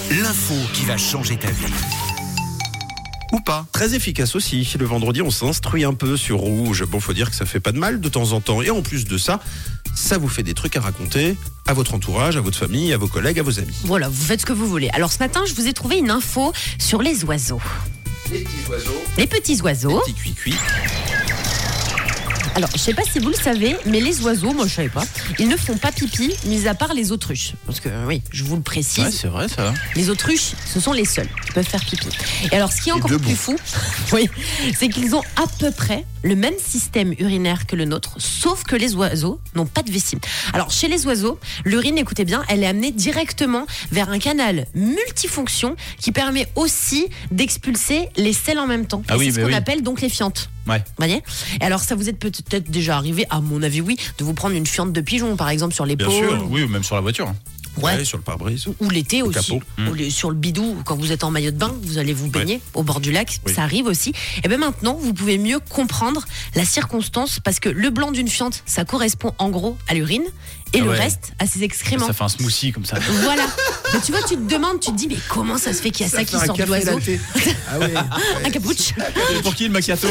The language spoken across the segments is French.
L'info qui va changer ta vie. Ou pas. Très efficace aussi. Le vendredi, on s'instruit un peu sur Rouge. Bon, faut dire que ça fait pas de mal de temps en temps. Et en plus de ça, ça vous fait des trucs à raconter à votre entourage, à votre famille, à vos collègues, à vos amis. Voilà, vous faites ce que vous voulez. Alors ce matin, je vous ai trouvé une info sur les oiseaux. Les petits oiseaux. Les petits oiseaux. Les petits cuits-cuits. Alors, je sais pas si vous le savez, mais les oiseaux, moi je savais pas, ils ne font pas pipi, mis à part les autruches. Parce que oui, je vous le précise. Ouais, c'est vrai ça. Les autruches, ce sont les seuls qui peuvent faire pipi. Et alors, ce qui est encore plus fou, oui, c'est qu'ils ont à peu près le même système urinaire que le nôtre, sauf que les oiseaux n'ont pas de vessie. Alors, chez les oiseaux, l'urine, écoutez bien, elle est amenée directement vers un canal multifonction qui permet aussi d'expulser les selles en même temps. Ah Et oui, c'est ce qu'on appelle donc les fientes. Ouais. Voyez. Et alors, ça vous est peut-être déjà arrivé, à mon avis, oui, de vous prendre une fiente de pigeon, par exemple, sur l'épaule. Bien sûr, oui, ou même sur la voiture. Ouais, sur le pare-brise. Ou l'été aussi, capot. sur le bidou, quand vous êtes en maillot de bain, vous allez vous baigner au bord du lac, Oui. ça arrive aussi. Et bien maintenant, vous pouvez mieux comprendre la circonstance, parce que le blanc d'une fiente, ça correspond en gros à l'urine, et Ah le ouais. reste à ses excréments. Ça fait un smoothie comme ça. Voilà. Mais tu vois, tu te demandes, tu te dis, mais comment ça se fait qu'il y a ça qui sort de l'oiseau? Ah ouais. Un capouche. Pour qui le macchiato?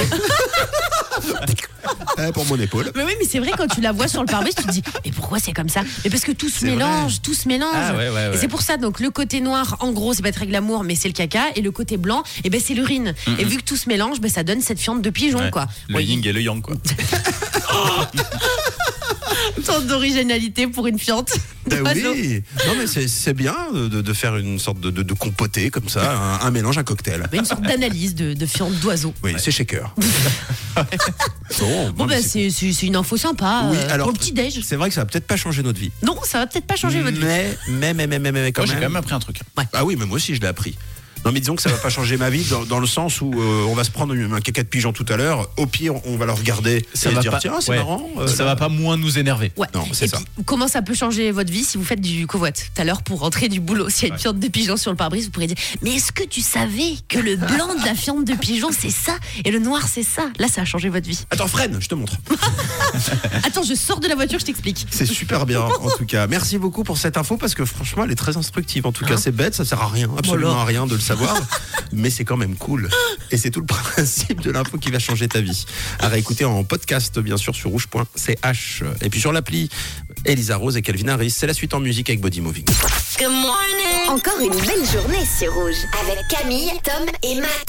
Pour mon épaule. Mais oui, mais c'est vrai, quand tu la vois sur le pare-brise, tu te dis, mais pourquoi c'est comme ça? Mais parce que tout se C'est mélange, vrai. tout se mélange. Ah ouais. Et c'est pour ça, donc le côté noir, en gros, c'est pas très glamour, mais c'est le caca, et le côté blanc, et ben c'est l'urine. Et vu que tout se mélange, ben ça donne cette fiente de pigeon, Ouais. quoi. Le Oui. yin et le yang quoi. Tant d'originalité pour une fiente. Ben d'oiseau. oui. Non mais c'est bien de faire une sorte de compoté comme ça, un mélange, un cocktail. Mais une sorte d'analyse de fiente d'oiseau. Oui, c'est shaker. Bon, ben c'est une info sympa Oui, pour alors, le petit-déj. c'est vrai que ça va peut-être pas changer notre vie. Non, ça va peut-être pas changer votre vie. Mais quand Moi j'ai même. quand même appris un truc. Ah oui, mais moi aussi je l'ai appris. Non mais disons que ça va pas changer ma vie dans le sens où on va se prendre un caca de pigeon tout à l'heure. Au pire, on va le regarder Ça et va se dire pas- tiens, c'est ouais. marrant. Ça va pas moins nous énerver. Ouais. Non, c'est et ça. puis, comment ça peut changer votre vie si vous faites du covoit tout à l'heure pour rentrer du boulot? S'il y a une fiente de pigeon sur le pare-brise, vous pourrez dire, mais est-ce que tu savais que le blanc de la fiente de pigeon c'est ça et le noir c'est ça? Là, ça a changé votre vie. Attends, freine, je te montre. Attends, je sors de la voiture, je t'explique. C'est super bien en tout cas. Merci beaucoup pour cette info parce que franchement, elle est très instructive. En tout cas, c'est bête, ça sert à rien, absolument Voilà. à rien de le savoir, mais c'est quand même cool. Et c'est tout le principe de l'info qui va changer ta vie. À réécouter en podcast, bien sûr, sur rouge.ch. Et puis sur l'appli, Elisa Rose et Calvin Harris. C'est la suite en musique avec Body Moving. Encore une belle journée sur Rouge avec Camille, Tom et Matt.